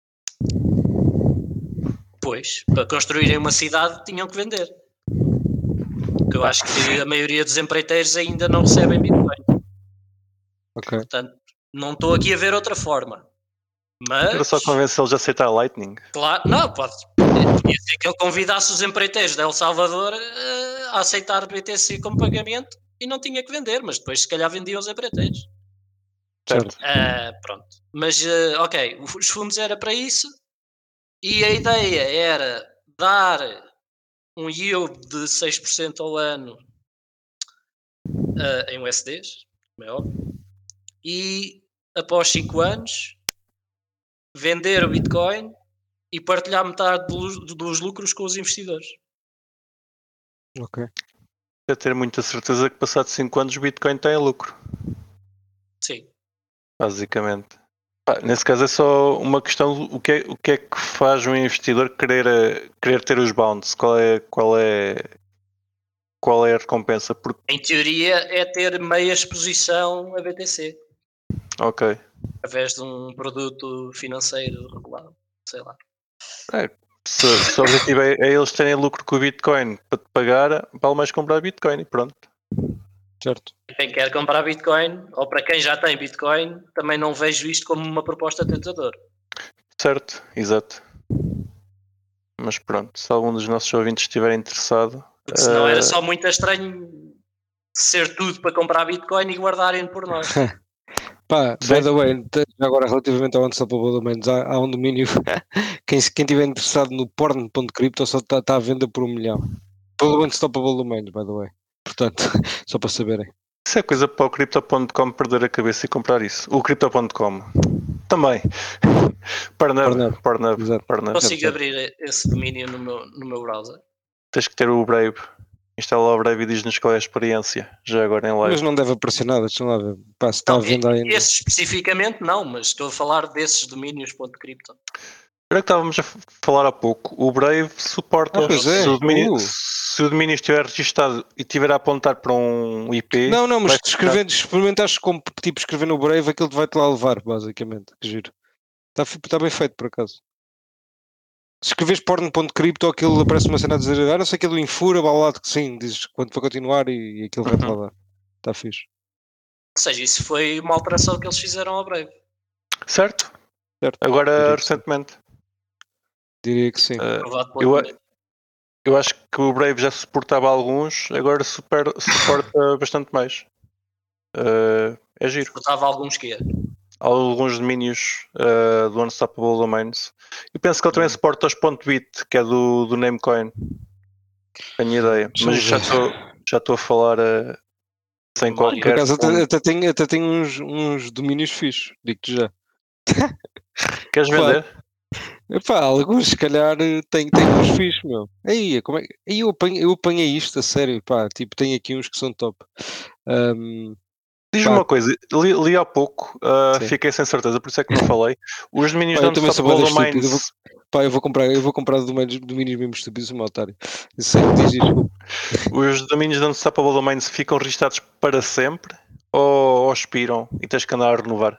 pois, para construírem uma cidade tinham que vender. Porque eu acho que a maioria dos empreiteiros ainda não recebem Bitcoin. Ok. Portanto, não estou aqui a ver outra forma. Mas, Era só convencê-los a aceitar Lightning. claro, não, pode. Podia ser que ele convidasse os empreiteiros de El Salvador uh, a aceitar B T C como pagamento e não tinha que vender, mas depois se calhar vendiam os empreiteiros. Certo. Uh, pronto. Mas, uh, ok, os fundos era para isso e a ideia era dar um yield de seis por cento ao ano uh, em U S Ds, como é óbvio, e após cinco anos vender o Bitcoin e partilhar metade dos, dos lucros com os investidores. Ok. Quer ter muita certeza que passado cinco anos o Bitcoin tem lucro. Sim. Basicamente. Pá, nesse caso é só uma questão o que é, o que é que faz um investidor querer, querer ter os bounds? Qual é, qual é, qual é a recompensa? Porque, Em teoria é ter meia exposição a B T C. ok. Através de um produto financeiro regulado. Sei lá. É, se, se o objetivo é, é eles terem lucro com o Bitcoin para te pagar, vale mais comprar Bitcoin e pronto. Certo. Quem quer comprar Bitcoin, ou para quem já tem Bitcoin, também não vejo isto como uma proposta tentadora. Certo, exato. Mas pronto, se algum dos nossos ouvintes estiver interessado. Porque senão uh... era uh, só muito estranho ser tudo para comprar Bitcoin e guardarem por nós. Pá, Sim. by the way, agora relativamente ao Unstoppable Domains, há, há um domínio, quem estiver interessado no porn ponto cripto só está tá à venda por um milhão. Pelo Unstoppable Domains, by the way. Portanto, só para saberem. Isso é coisa para o Crypto ponto com perder a cabeça e comprar isso. O Crypto ponto com também. Pornhub. Pornhub. Pornhub. Consigo abrir esse domínio no meu, no meu browser? Tens que ter o Brave. Instala o Brave e diz-nos qual é a experiência. Já agora em live. Mas não deve aparecer nada, deixa lá ver. Pá, se está não, à venda ainda. Esse especificamente não, mas estou a falar desses domínios ponto cripto. Era que estávamos a falar há pouco. O Brave suporta. Ah, pois é. Se o domínio, uh. se o domínio estiver registado e estiver a apontar para um I P. Não, não, mas ficar... escrevendo, experimentaste como tipo escrever no Brave, aquilo vai-te lá levar, basicamente. Que giro. Está, está bem feito, por acaso. Se escreves porn ponto cripto, aquilo aparece uma cena a dizer, ah, não sei aquilo infura, vai lá que sim, dizes quando for continuar e, e aquilo vai-te lá dar. Está fixe. Ou seja, isso foi uma alteração que eles fizeram ao Brave. Certo? certo. Agora, Diria recentemente. Diria que sim. Uh, eu, eu acho que o Brave já suportava alguns, agora super, suporta bastante mais. Uh, É giro. Suportava alguns que é. Alguns domínios uh, do Unstoppable Domains. E penso que ele também Hum. suporta os .bit, que é do, do Namecoin. Tenho ideia. Deixa Mas eu já ver. estou já estou a falar uh, sem Memória. Por qualquer acaso até, fonte. até tenho, até tenho uns, uns domínios fixos, digo-te já. Queres Pá, vender? epá, alguns se calhar tem, tem uns fixos, meu. Aí, como é que. Aí eu apanhei, eu apanhei isto, a sério, pá. Tipo, tem aqui uns que são top. Um, Diz-me pá, uma coisa, li, li há pouco, uh, sim. fiquei sem certeza, por isso é que não falei. Os domínios Pá, da eu também sou Unstoppable bué da estúpido. Eu vou, Domains. pá, eu vou comprar, eu vou comprar domínios, domínios mesmo estúpidos, sou um otário. Eu sei, diz, diz, desculpa. Os domínios da Unstoppable Domains ficam registados para sempre ou, ou expiram e tens que andar a renovar?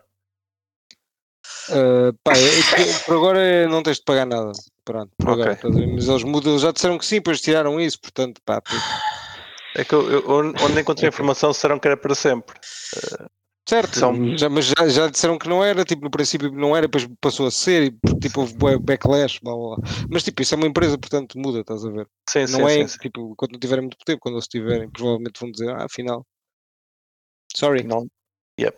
Uh, pá, é que por agora é- não tens de pagar nada. Pronto, por Ok. agora, estás a ver? Mas eles mudam, eles já disseram que sim, depois tiraram isso, portanto, pá, puto. É que eu, eu onde encontrei Ok. informação disseram que era para sempre. Certo, São, já, mas já, já disseram que não era, tipo, no princípio não era, depois passou a ser, e porque, tipo, houve bué backlash, blá blá blá. Mas tipo, isso é uma empresa, portanto muda, estás a ver? sim, Não sim, é, sim, sim. tipo, quando não tiverem muito tempo, quando eles tiverem, provavelmente vão dizer, ah, afinal, sorry, Não. Yep.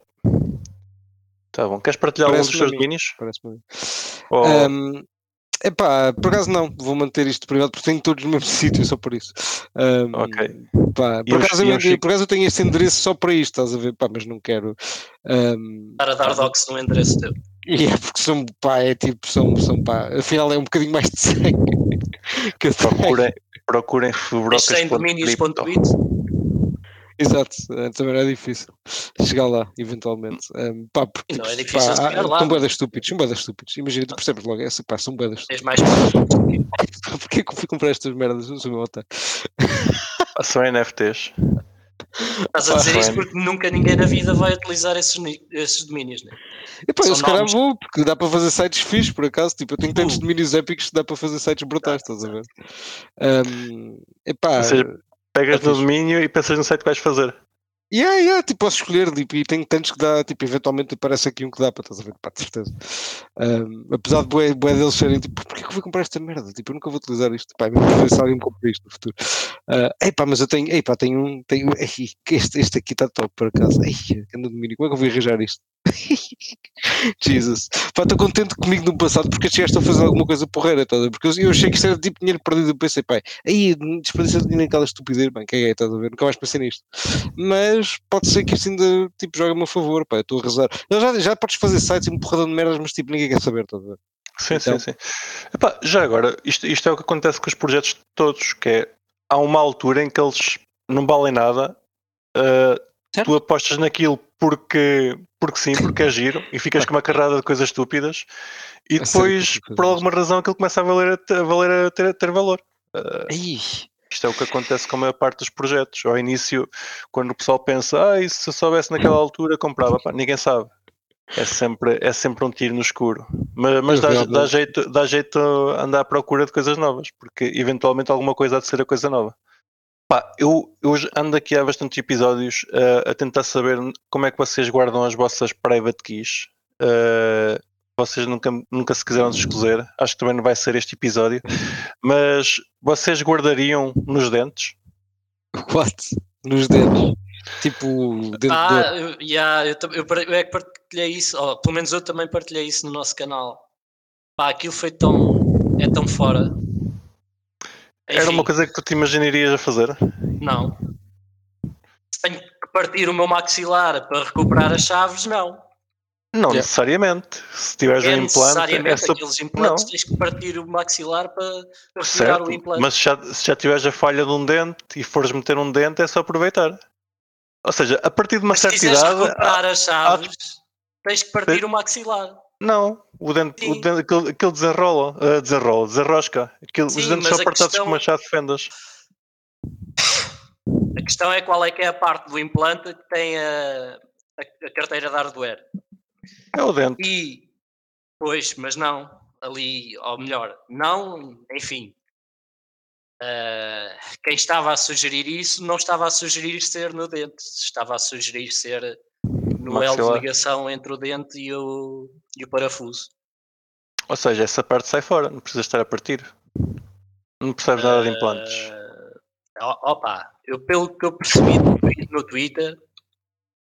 Tá bom. Queres partilhar algum dos parece-me a teus mim, domínios? parece-me a mim. Ou... Um, epá, por acaso não, vou manter isto privado porque tenho todos no mesmo sítio, só por isso. Ok. Um, pá, E por, uns, acaso, e eu, uns eu- por acaso eu tenho este endereço só para isto, estás a ver? Pá, mas não quero. Um, Estar a dar pá, docs no endereço teu. e é porque são, pá, é tipo, são, são pá, afinal é um bocadinho mais de sangue que eu tenho. procurem, procurem Tens fubrocas cem ponto domínios cripto. ponto bit? Exato, eh, também não é difícil chegar lá, eventualmente. Um, pá, porque, E não é tipo, difícil pá, chegar ah, lá, são mas bué estúpidos, são bué estúpidos. Imagina, tu percebes logo, essa, pá, são bué tens estúpidos. mais parâmetros. Porquê que eu fui comprar estas merdas? Não sou meu otário. Ah, são N F Ts. Estás a Pá, dizer São isso N- porque nunca ninguém na vida vai utilizar esses, ni- esses domínios, né? epá, eu São se calhar nomes. vou, porque dá para fazer sites fixos, por acaso. Tipo, eu tenho tantos Hum. domínios épicos que dá para fazer sites brutais, Exato, estás a ver? exato. Um, Ou epá, seja, pegas está no fixe. domínio e pensas no site que vais fazer. Yeah, yeah, tipo, posso escolher, tipo, e tenho tantos que dá, tipo, eventualmente aparece aqui um que dá para, estás a ver, pá, de certeza. Um, apesar de bué, bué deles serem, tipo, porquê que eu vou comprar esta merda? Tipo, eu nunca vou utilizar isto, pá, mesmo para ver se alguém me compra isto no futuro. Uh, epá, mas eu tenho, epá, tenho um, tenho, ei, este, este aqui está top, por acaso. Ei, anda domínio, como é que eu vou arranjar isto? Jesus. Pá, estou contente comigo no passado porque estes gajos estão a fazer alguma coisa porreira, toda. Porque eu, eu achei que isto era tipo dinheiro perdido. Eu pensei, pá, aí desperdício de dinheiro naquela estupidez, bem, que é, estás a ver? Nunca mais pensei nisto. Mas pode ser que isto ainda tipo, jogue a meu favor, pá, eu estou a rezar. Eu já, já podes fazer sites e um porradão de merdas, mas tipo, ninguém quer saber, estás a ver? Sim, Então, sim, sim. Epá, já agora, isto, isto é o que acontece com os projetos todos, que é, há uma altura em que eles não valem nada, uh, certo? tu apostas naquilo porque, porque sim, porque é giro, e ficas Pá, com uma carrada de coisas estúpidas, e a sério que eu depois, fui fazer por isto. alguma razão, aquilo começa a valer a, ter- a, valer a ter, a ter valor. Uh, Ai, isto é o que acontece com a maior parte dos projetos. Ao início, quando o pessoal pensa, ah, e se eu soubesse naquela altura, comprava. Pá, ninguém sabe. É sempre, é sempre um tiro no escuro. Mas, mas eu dá, dá, realmente. jeito, dá jeito a andar à procura de coisas novas, porque eventualmente alguma coisa há de ser a coisa nova. Pá, eu, eu ando aqui há bastantes episódios uh, a tentar saber como é que vocês guardam as vossas private keys. Uh, vocês nunca, nunca se quiseram descozer. Acho que também não vai ser este episódio. Mas vocês guardariam nos dentes? What? Nos dedos. Tipo, dentro de Ah, dor. eu, yeah, eu, tam- eu, par- eu é que partilhei isso, ou pelo menos eu também partilhei isso no nosso canal. Pá, aquilo foi tão. É tão fora. Era uma Enfim, coisa que tu te imaginarias a fazer? não. Se tenho que partir o meu maxilar para recuperar as chaves, não. Não Yeah. necessariamente. Se tiveres um É implante, é necessariamente só... aqueles implantes, Não, tens que partir o maxilar para, para retirar o certo. implante. Mas se já, se já tiveres a falha de um dente e fores meter um dente, é só aproveitar. Ou seja, a partir de uma Mas se certa quiseres idade... há- recuperar as há- chaves, tens que partir o maxilar. Não, o dente, o Sim, dente aquilo, aquilo desenrola, ah, desenrola, desenrosca. Aquilo, os sim, dentes são mas a apertados com questão, uma chave de fendas. a questão é qual é que é a parte do implante que tem a, a, a carteira de hardware. É o dente. E, pois, mas não, ali, ou melhor, não, enfim. Uh, quem estava a sugerir isso não estava a sugerir ser no dente, estava a sugerir ser no elo de Maxilar. ligação entre o dente e o, e o parafuso. Ou seja, essa parte sai fora, não precisas estar a partir. Não percebes nada de implantes. Uh, opa, eu pelo que eu percebi no, no Twitter,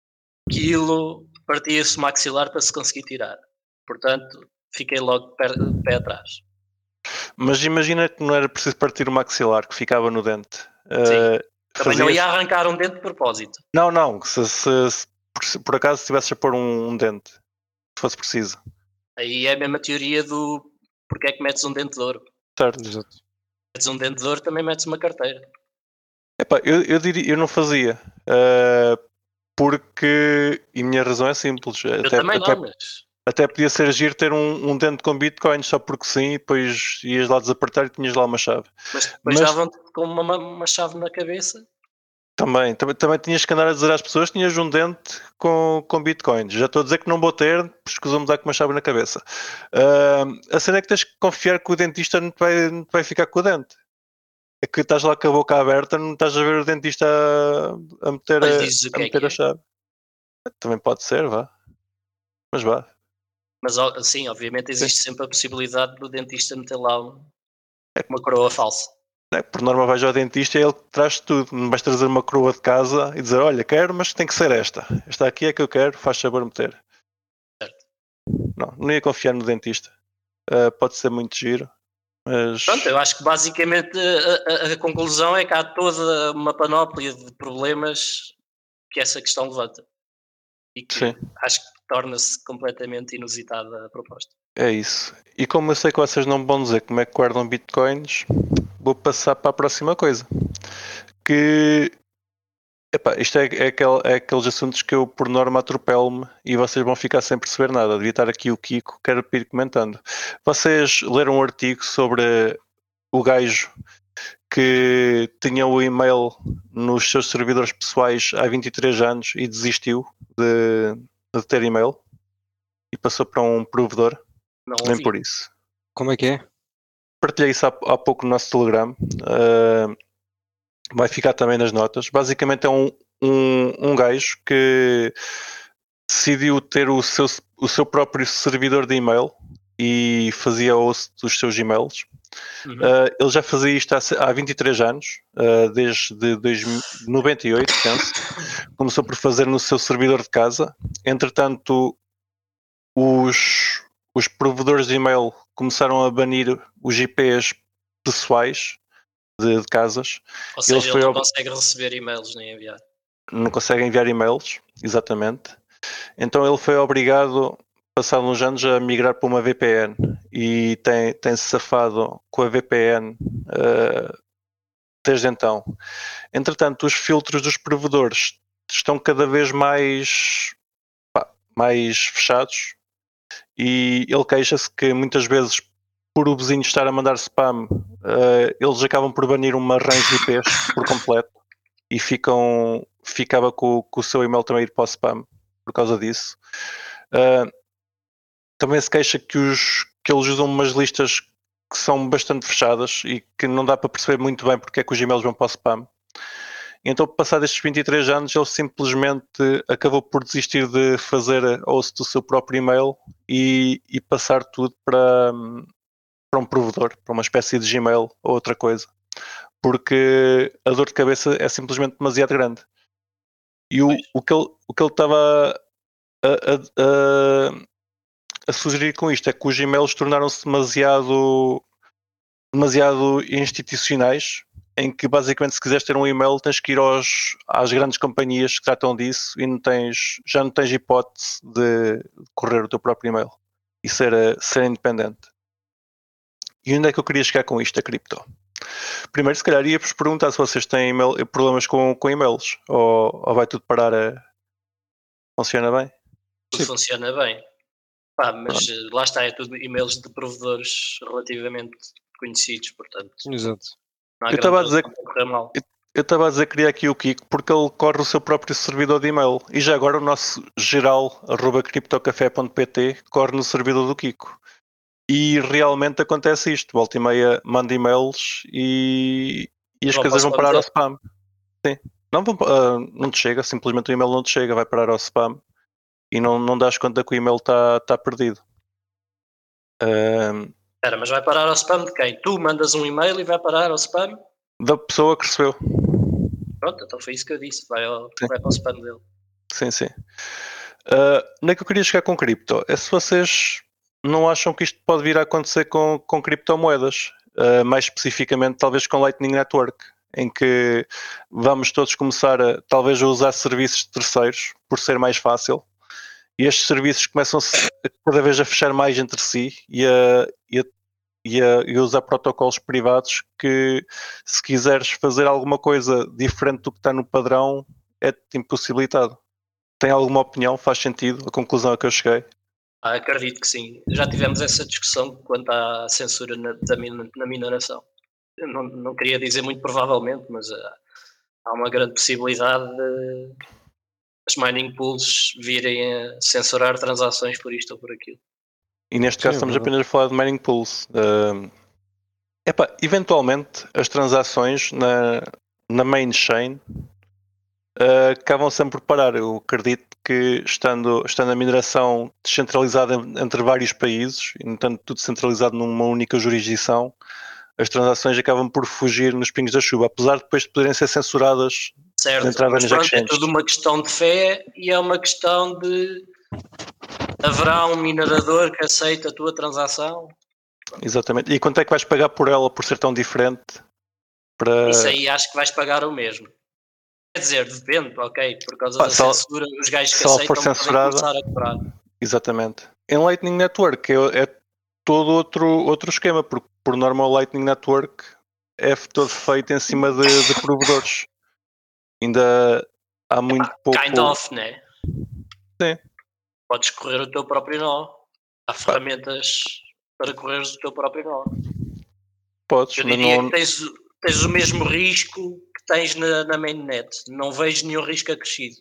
aquilo partia-se o maxilar para se conseguir tirar. Portanto, fiquei logo pé, pé atrás. Mas imagina que não era preciso partir o maxilar, que ficava no dente. Sim. Uh, Também não fazias... ia arrancar um dente de propósito. Não, não. Se, se, se por, por acaso estivesse a pôr um, um dente, se fosse preciso. Aí é a mesma teoria do porque é que metes um dente de ouro. Certo. Exato. Metes um dente de ouro, também metes uma carteira. Epá, eu, eu diria, eu não fazia. Uh, porque, e a minha razão é simples. Eu até, também até, não, mas... até podia ser giro ter um, um dente com bitcoins só porque sim, e depois ias lá desapertar e tinhas lá uma chave. Mas depois Mas- davam-te com uma, uma chave na cabeça. Também, também, também tinhas que andar a dizer às pessoas que tinhas um dente com, com bitcoins. Já estou a dizer que não vou ter, porque escusam-me dar com uma chave na cabeça. Uh, a cena é que tens que confiar que o dentista não te vai, não te vai ficar com o dente. É que estás lá com a boca aberta, não estás a ver o dentista a, a meter, Mas a, dizes o a, que é meter que a é. chave. Também pode ser, vá. Mas vá. Mas ó, sim, obviamente existe sempre a possibilidade do dentista meter lá um- uma coroa falsa. É, por norma vais ao dentista e é ele que traz tudo. Não vais trazer uma coroa de casa e dizer, olha, quero, mas tem que ser esta. Esta aqui é que eu quero, faz sabor meter. Certo. Não, não ia confiar no dentista. Uh, pode ser muito giro, mas... Pronto, eu acho que basicamente a, a- a conclusão é que há toda uma panóplia de problemas que essa questão levanta. E que Sim. acho que torna-se completamente inusitada a proposta. É isso. E como eu sei que vocês não vão dizer como é que guardam bitcoins, vou passar para a próxima coisa. Que... Epá, isto é, é, aquel, é aqueles assuntos que eu por norma atropelo-me e vocês vão ficar sem perceber nada. Devia estar aqui o Kiko, quero ir comentando. Vocês leram um artigo sobre o gajo que tinha o e-mail nos seus servidores pessoais há vinte e três anos e desistiu de, de ter e-mail e passou para um provedor? Não Nem ouvi. por isso. Como é que é? Partilhei isso há, há pouco no nosso Telegram. Uh, vai ficar também nas notas. Basicamente é um, um, um gajo que decidiu ter o seu, o seu próprio servidor de e-mail e fazia host dos seus e-mails. Uhum. Uh, ele já fazia isto há, há vinte e três anos, uh, desde dois mil, noventa e oito, penso. Começou por fazer no seu servidor de casa. Entretanto, os, os provedores de e-mail começaram a banir os I Ps pessoais de, de casas. Ou seja, ele ele, foi não ao- consegue receber e-mails nem enviar. Não consegue enviar e-mails, exatamente. Então ele foi obrigado, passado uns anos, a migrar para uma V P N e tem, tem-se safado com a V P N uh, desde então. Entretanto, os filtros dos provedores estão cada vez mais, pá, mais fechados e ele queixa-se que muitas vezes, por o vizinho estar a mandar spam, uh, eles acabam por banir uma range de I Ps por completo e ficam, ficava com, com o seu e-mail também ir para o spam por causa disso. Uh, também se queixa que, os, que eles usam umas listas que são bastante fechadas e que não dá para perceber muito bem porque é que os e-mails vão para o spam. Então, passado estes vinte e três anos, ele simplesmente acabou por desistir de fazer host do seu próprio e-mail e, e passar tudo para, para um provedor, para uma espécie de Gmail ou outra coisa. Porque a dor de cabeça é simplesmente demasiado grande. E o, o que ele o que ele estava a, a, a, a sugerir com isto é que os e-mails tornaram-se demasiado, demasiado institucionais, em que basicamente se quiseres ter um e-mail tens que ir aos, às grandes companhias que tratam disso e não tens, já não tens hipótese de correr o teu próprio e-mail e ser, ser independente. E onde é que eu queria chegar com isto, a cripto? Primeiro, se calhar, ia-vos perguntar se vocês têm email, problemas com, com e-mails ou, ou vai tudo parar a... Funciona bem? Tudo funciona bem. Pá, mas Pronto. Lá está, é tudo e-mails de provedores relativamente conhecidos, portanto. Exato. Não há eu estava a dizer que correr mal. Eu estava a dizer que queria aqui o Kiko porque ele corre o seu próprio servidor de e-mail e já agora o nosso geral arroba criptocafé ponto pt corre no servidor do Kiko. E realmente acontece isto, volta e meia manda e-mails e, e as Não coisas vão parar dizer. ao spam. Sim. Não, vão, uh, não te chega, simplesmente o e-mail não te chega, vai parar ao spam e não, não das conta que o e-mail está tá perdido. Uh, Espera, mas vai parar ao spam de quem? Tu mandas um e-mail e vai parar ao spam? Da pessoa que recebeu. Pronto, então foi isso que eu disse, vai, ao, vai para o spam dele. sim, sim. Uh, onde é que eu queria chegar com cripto? É se vocês não acham que isto pode vir a acontecer com, com criptomoedas, uh, mais especificamente talvez com Lightning Network, em que vamos todos começar a talvez a usar serviços de terceiros por ser mais fácil, e estes serviços começam a, cada vez a fechar mais entre si e a, e a, e a, e a usar protocolos privados que, se quiseres fazer alguma coisa diferente do que está no padrão, é-te impossibilitado. Tem alguma opinião? Faz sentido? A conclusão a que eu cheguei? Ah, acredito que sim. Já tivemos essa discussão quanto à censura na, da, na mineração. Eu não, não queria dizer muito provavelmente, mas uh, há uma grande possibilidade de as mining pools virem a censurar transações por isto ou por aquilo. E neste caso Sim, estamos é apenas a falar de mining pools. Uh, epá, eventualmente as transações na, na main chain uh, acabam sempre por parar. Eu acredito que estando, estando a mineração descentralizada entre vários países, e não tanto tudo centralizado numa única jurisdição, as transações acabam por fugir nos pingos da chuva, apesar de depois de poderem ser censuradas certo, de entrada mas nas pronto, é exchanges. tudo uma questão de fé e é uma questão de haverá um minerador que aceita a tua transação. Exatamente. E quanto é que vais pagar por ela por ser tão diferente? Para... Isso aí acho que vais pagar o mesmo. Quer dizer, depende, ok, por causa Pá, da se ela- censura, os gajos que se ela aceitam for podem censurada- começar a cobrar. Exatamente. Em Lightning Network é, é todo outro, outro esquema, porque por norma o Lightning Network é todo feito em cima de, de provedores. Ainda há muito pouco. Kind of, né? Sim. Podes correr o teu próprio nó. Há ferramentas para correres o teu próprio nó. Podes, Eu mas diria não. que tens, tens o mesmo risco que tens na, na mainnet. Não vejo nenhum risco acrescido.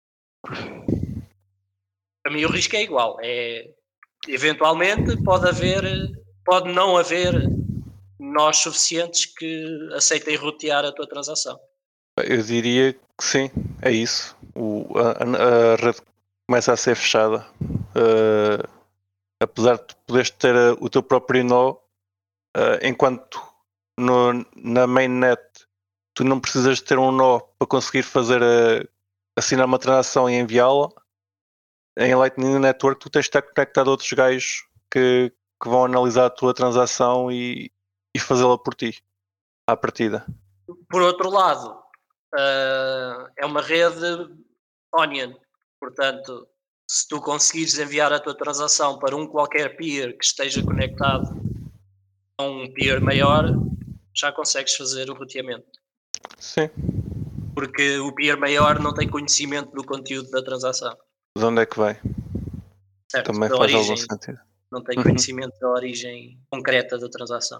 Para mim o risco é igual. É, eventualmente pode haver, pode não haver nós suficientes que aceitem rotear a tua transação. Eu diria que sim, é isso. O, a, a- a rede começa a ser fechada. Uh, apesar de poderes ter uh, o teu próprio nó, uh, enquanto no, na mainnet tu não precisas de ter um nó para conseguir fazer uh, assinar uma transação e enviá-la, em Lightning Network tu tens de estar conectado a outros gajos que, que vão analisar a tua transação e, e fazê-la por ti, à partida. Por outro lado, uh, é uma rede Onion. Portanto, se tu conseguires enviar a tua transação para um qualquer peer que esteja conectado a um peer maior, já consegues fazer o roteamento. Sim. Porque o peer maior não tem conhecimento do conteúdo da transação. De onde é que vai? Certo, Também da faz origem. algum sentido. Não tem Uhum. conhecimento da origem concreta da transação.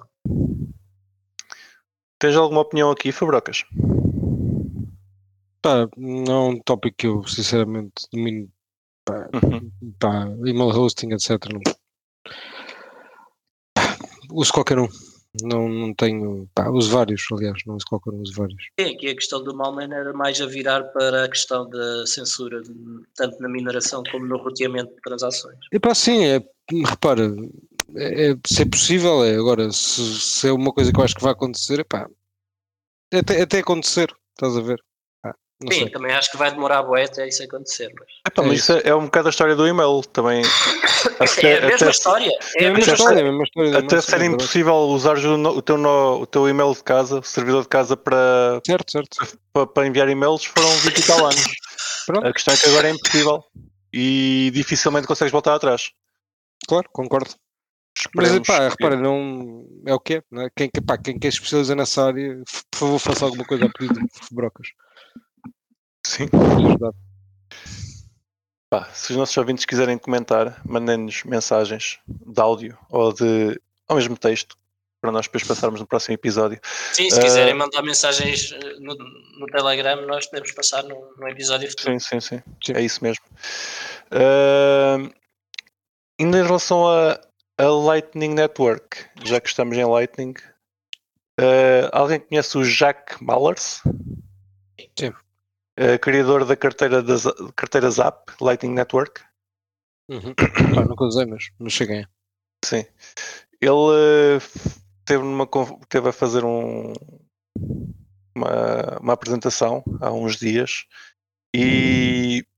Tens alguma opinião aqui, Fabrocas? Pá, não é um tópico que eu sinceramente domino. Pá, Uhum. pá, email hosting, etcétera. Não. Pá, uso qualquer um. Não, não tenho. Pá, uso vários, aliás, não uso qualquer um, uso vários. Sim, aqui a questão do Malman era mais a virar para a questão da censura, tanto na mineração como no roteamento de transações. E pá, sim, é, repara, é, é, se é possível, é. Agora, se, se é uma coisa que eu acho que vai acontecer, pá, é até, até acontecer, estás a ver? Pá, não Sim, sei. também acho que vai demorar bué até isso acontecer. Mas... Epá, É mas isso é, é um bocado a história do e-mail também. é a mesma história. É, É a mesma história, é a mesma história. Até ser impossível usar o, o, teu no, o teu e-mail de casa, o servidor de casa, para, certo, certo. para, para enviar e-mails foram vinte e tal anos. Pronto. A questão é que agora é impossível e dificilmente consegues voltar atrás. Claro, concordo. Esperemos Mas pá, que... repara, não é o que é, não é? Quem, pá, quem quer especializa nessa área, por favor, faça alguma coisa a pedido de Brocas. Sim. Vamos ajudar. Pá, se os nossos ouvintes quiserem comentar, mandem-nos mensagens de áudio ou de ao mesmo texto para nós depois passarmos no próximo episódio. Sim, se Uh, quiserem mandar mensagens no, no Telegram, nós podemos passar no, no episódio futuro. Sim, sim, sim, Sim. é isso mesmo. Uh, ainda em relação a, a Lightning Network, já que estamos em Lightning, uh, alguém conhece o Jack Mallers? Sim. Uh, criador da carteira, das, carteira Zap, Lightning Network. Uhum. Pá, nunca usei, mas, mas cheguei. Sim. Ele uh, teve, numa, teve a fazer um, uma, uma apresentação há uns dias e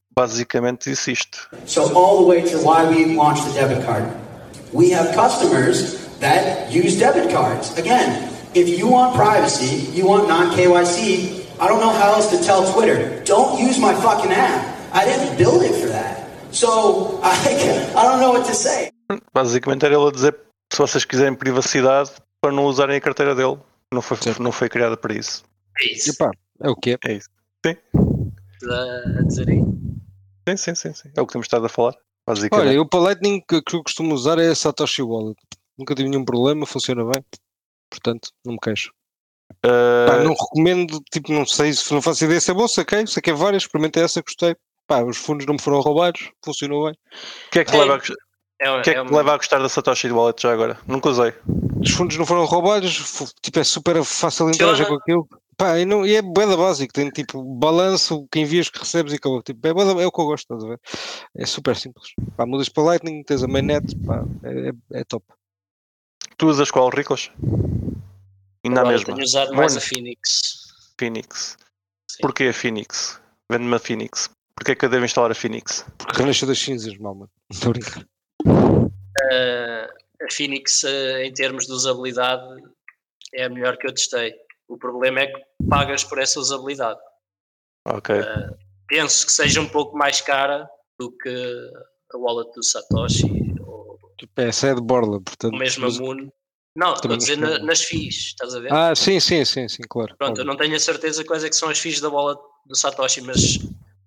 basicamente disse isto. So all the way to why we launched the debit card. We have customers that use debit cards. Again, if you want privacy, you want non-K Y C, I don't know how else to tell Twitter. Don't use my fucking app. I didn't build it for that. So, I, I don't know what to say. Basicamente era ele a dizer se vocês quiserem privacidade para não usarem a carteira dele. Não foi, não foi criada para isso. É isso. Epá, é o que é. É isso. Sim. A, a dizer aí. Sim, sim, sim, sim. É o que temos estado a falar. Basicamente. Olha, eu para Lightning que, que eu costumo usar é a Satoshi Wallet. Nunca tive nenhum problema, funciona bem. Portanto, não me queixo. Uh, Pá, não recomendo, tipo, não sei se não faço ideia se é bom, saquei, saquei várias, experimentei essa, gostei. Pá, os fundos não me foram roubados, funcionou bem. O que é que, É, leva, a, é, que, é que é te leva a gostar da Satoshi Wallet já agora? Nunca usei. Os fundos não foram roubados, tipo, é super fácil interagir com Funciona. aquilo. Pá, e, não, e é bué da básico, tem tipo balanço, que envias, que recebes e acabou. Tipo, é, bué da- é o que eu gosto, estás a ver? É super simples. Pá, mudas para Lightning, tens a mainnet, pá, é, é, é top. Tu usas qual, Riclas? Ainda a Agora mesma. tenho usado mais Moon? a Phoenix. Phoenix. Sim. Porquê a Phoenix? Vende-me a Phoenix. Porquê é que eu devo instalar a Phoenix? Porque renasceu das cinzas, mal, mano. Estou a brincar. Uh, a Phoenix, uh, em termos de usabilidade, é a melhor que eu testei. O problema é que pagas por essa usabilidade. Ok. Uh, penso que seja um pouco mais cara do que a wallet do Satoshi ou Tipo, essa é de Borla, portanto. mesmo a mas- Moon. Não, estou Também a dizer não sei. na, nas fees, estás a ver? Ah, sim, sim, sim, sim, claro. Pronto, óbvio. eu não tenho a certeza quais é que são as fees da wallet do Satoshi, mas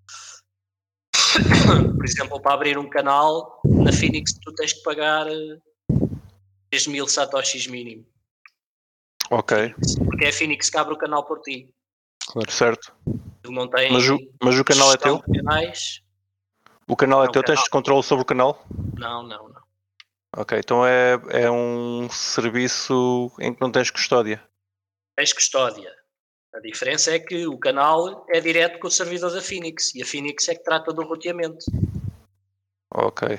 por exemplo, para abrir um canal na Phoenix tu tens que pagar três mil Satoshis mínimo. Ok. Porque é a Phoenix que abre o canal por ti. Claro. Certo. Ele não tem Mas o, mas o canal é gestão teu? de canais. O canal é Não, teu? canal. Tens controle sobre o canal? Não, não, não. Ok. Então é, é um serviço em que não tens custódia. Tens custódia. A diferença é que o canal é direto com o servidor da Phoenix e a Phoenix é que trata do roteamento. Ok.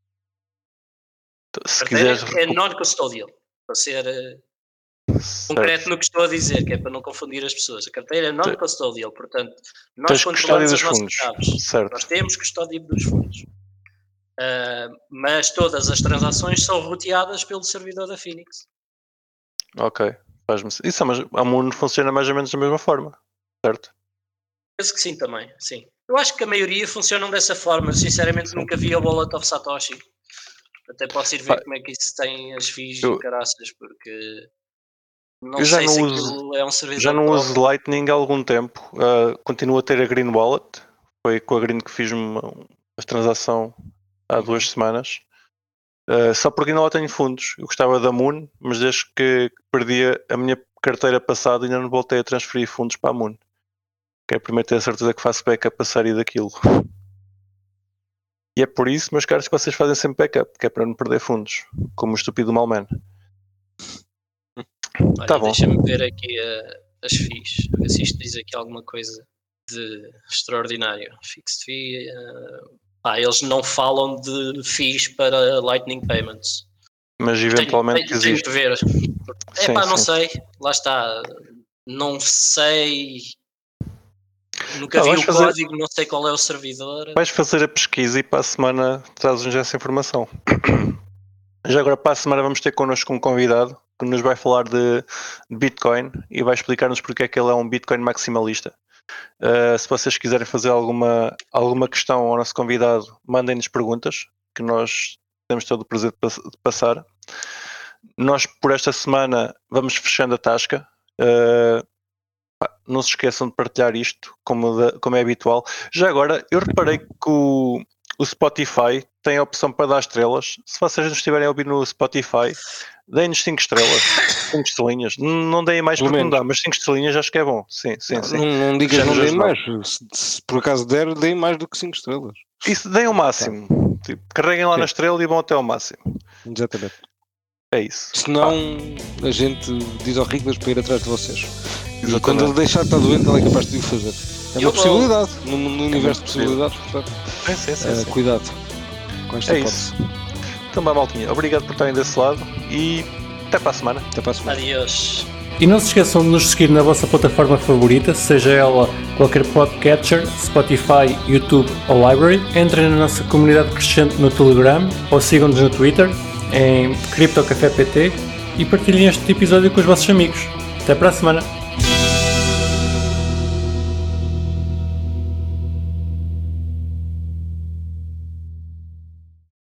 Se A carteira quiseres. é non-custodial, para ser uh, concreto no que estou a dizer, que é para não confundir as pessoas. A carteira é non-custorial, portanto, nós Tens custódia controlamos dos as nossas fundos. chaves. Certo. Nós temos custódia dos fundos. Uh, mas todas as transações são roteadas pelo servidor da Phoenix. Ok. Faz-me. Isso, mas a Moon funciona mais ou menos da mesma forma. Certo? Penso que sim também, sim. Eu acho que a maioria funcionam dessa forma. Sinceramente, Sim. nunca vi a wallet of Satoshi. Até posso ir ver Pá, como é que isso tem as fees eu- e caraças, porque não Eu já sei não se uso- aquilo é um servidor Já não próprio. uso Lightning há algum tempo. Uh, continuo a ter a Green Wallet. Foi com a Green que fiz uma, uma transação há duas semanas. Uh, só porque ainda lá tenho fundos. Eu gostava da Moon, mas desde que perdi a minha carteira passada ainda não voltei a transferir fundos para a Moon. Quero primeiro ter a certeza que faço backup a sair daquilo. E é por isso, meus caros, que vocês fazem sempre backup, que é para não perder fundos, como o estúpido Malman. Olha, Tá bom. deixa-me ver aqui uh, as fees, a ver se isto diz aqui alguma coisa de extraordinário. Fixed fee. Uh, pá, eles não falam de fees para Lightning Payments. Mas eventualmente tenho, tenho, existe. tenho de ver. É Sim, pá, não sim. sei. Lá está. Não sei. Nunca Ah, vi vais o fazer- código, não sei qual é o servidor. Vais fazer a pesquisa e para a semana trazes-nos essa informação. Já agora para a semana vamos ter connosco um convidado que nos vai falar de de Bitcoin e vai explicar-nos porque é que ele é um Bitcoin maximalista. Uh, se vocês quiserem fazer alguma, alguma questão ao nosso convidado, mandem-nos perguntas que nós temos todo o prazer de pass- de passar. Nós por esta semana vamos fechando a tasca. Uh, pá, não se esqueçam de partilhar isto como, da- como é habitual. Já agora, eu reparei que o, o Spotify tem a opção para dar estrelas. Se vocês nos estiverem a ouvir no Spotify, deem-nos cinco estrelas, cinco estrelinhas. Não, não deem mais Pelo porque não menos. dá, mas cinco estrelinhas acho que é bom. Sim, sim, Não, sim. não, não digas Já não nos deem ajudou. mais. Se, se por acaso der, deem mais do que cinco estrelas. Isso, deem o máximo. Tipo, carreguem lá Sim. na estrela e vão até ao máximo. Exatamente. É isso. Senão a gente diz ao Riclas para ir atrás de vocês. E Exatamente. quando ele deixar de estar doente, ele é capaz de o fazer. É uma Eu vou. possibilidade. No, no universo de possível. possibilidades, portanto, Sim, sim, sim, eh, sim. cuidado com esta É hipótese. isso. Então, vá, maltinha. Obrigado por estarem desse lado e até para a semana. Até para a semana. Adiós. E não se esqueçam de nos seguir na vossa plataforma favorita, seja ela qualquer podcatcher, Spotify, YouTube ou Library. Entrem na nossa comunidade crescente no Telegram ou sigam-nos no Twitter em CryptoCafé P T e partilhem este episódio com os vossos amigos. Até para a semana!